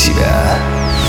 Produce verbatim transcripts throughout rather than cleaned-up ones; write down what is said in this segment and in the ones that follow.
себя».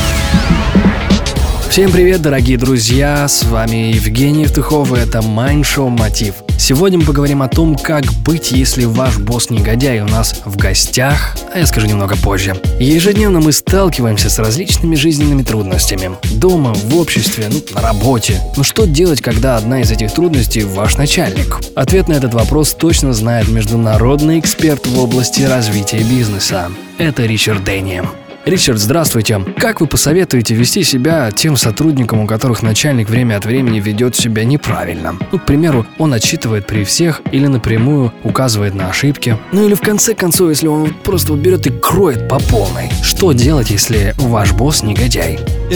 Всем привет, дорогие друзья, с вами Евгений Евтухов, и это Mind Show Мотив. Сегодня мы поговорим о том, как быть, если ваш босс негодяй. У нас в гостях, а я скажу немного позже. Ежедневно мы сталкиваемся с различными жизненными трудностями. Дома, в обществе, ну, на работе. Но что делать, когда одна из этих трудностей ваш начальник? Ответ на этот вопрос точно знает международный эксперт в области развития бизнеса. Это Ричард Дэнни. Ричард, здравствуйте. Как вы посоветуете вести себя тем сотрудникам, у которых начальник время от времени ведет себя неправильно? Ну, к примеру, он отчитывает при всех или напрямую указывает на ошибки. Ну или в конце концов, если он просто берет и кроет по полной. Что делать, если ваш босс негодяй?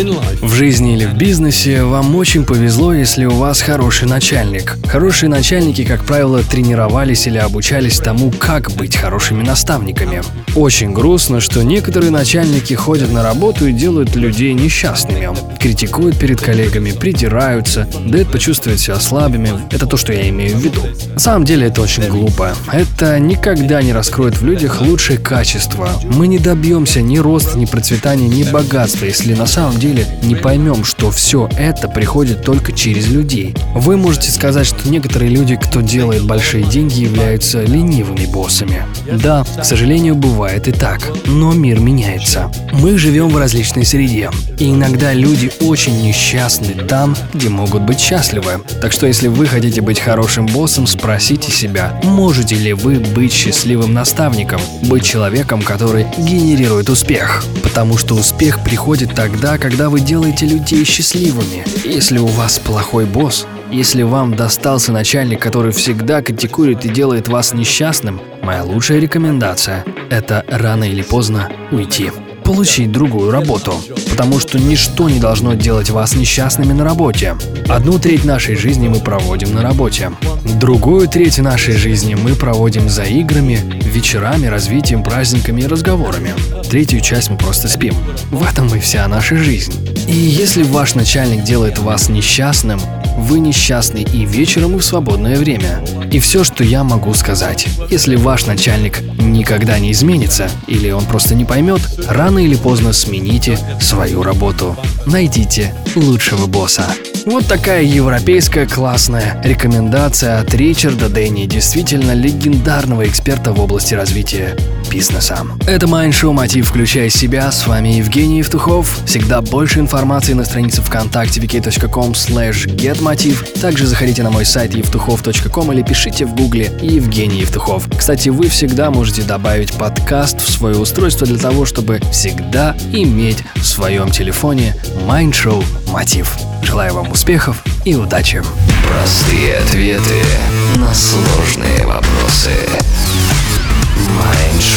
В жизни или в бизнесе вам очень повезло, если у вас хороший начальник. Хорошие начальники, как правило, тренировались или обучались тому, как быть хорошими наставниками. Очень грустно, что некоторые начальники ходят на работу и делают людей несчастными. Критикуют перед коллегами, придираются, дают почувствовать себя слабыми. Это то, что я имею в виду. На самом деле это очень глупо. Это никогда не раскроет в людях лучшие качества. Мы не добьемся ни роста, ни процветания, ни богатства, если на самом деле не поймем, что все это приходит только через людей. Вы можете сказать, что некоторые люди, кто делает большие деньги, являются ленивыми боссами. Да, к сожалению, бывает и так. Но мир меняется. Мы живем в различной среде, и иногда люди очень несчастны там, где могут быть счастливы. Так что если вы хотите быть хорошим боссом, спросите себя, можете ли вы быть счастливым наставником, быть человеком, который генерирует успех. Потому что успех приходит тогда, когда вы делаете людей счастливыми. Если у вас плохой босс, если вам достался начальник, который всегда критикует и делает вас несчастным, моя лучшая рекомендация – это рано или поздно уйти. Получить другую работу, потому что ничто не должно делать вас несчастными на работе. Одну треть нашей жизни мы проводим на работе. Другую треть нашей жизни мы проводим за играми, вечерами, развитием, праздниками и разговорами. Третью часть мы просто спим. В этом и вся наша жизнь. И если ваш начальник делает вас несчастным, вы несчастны и вечером, и в свободное время. И все, что я могу сказать, если ваш начальник никогда не изменится, или он просто не поймет, рано или поздно смените свою работу. Найдите лучшего босса. Вот такая европейская классная рекомендация от Ричарда Дэнни, действительно легендарного эксперта в области развития бизнеса. Это Mind Show Мотив, включая себя. С вами Евгений Евтухов. Всегда больше информации на странице ВКонтакте ви кей точка ком слэш гет мотив. Также заходите на мой сайт евтухов точка ком или пишите в гугле Евгений Евтухов. Кстати, вы всегда можете добавить подкаст в свое устройство для того, чтобы всегда иметь в своем телефоне Mind Show Мотив. Желаю вам успехов и удачи. Простые ответы на сложные вопросы. Mind Show.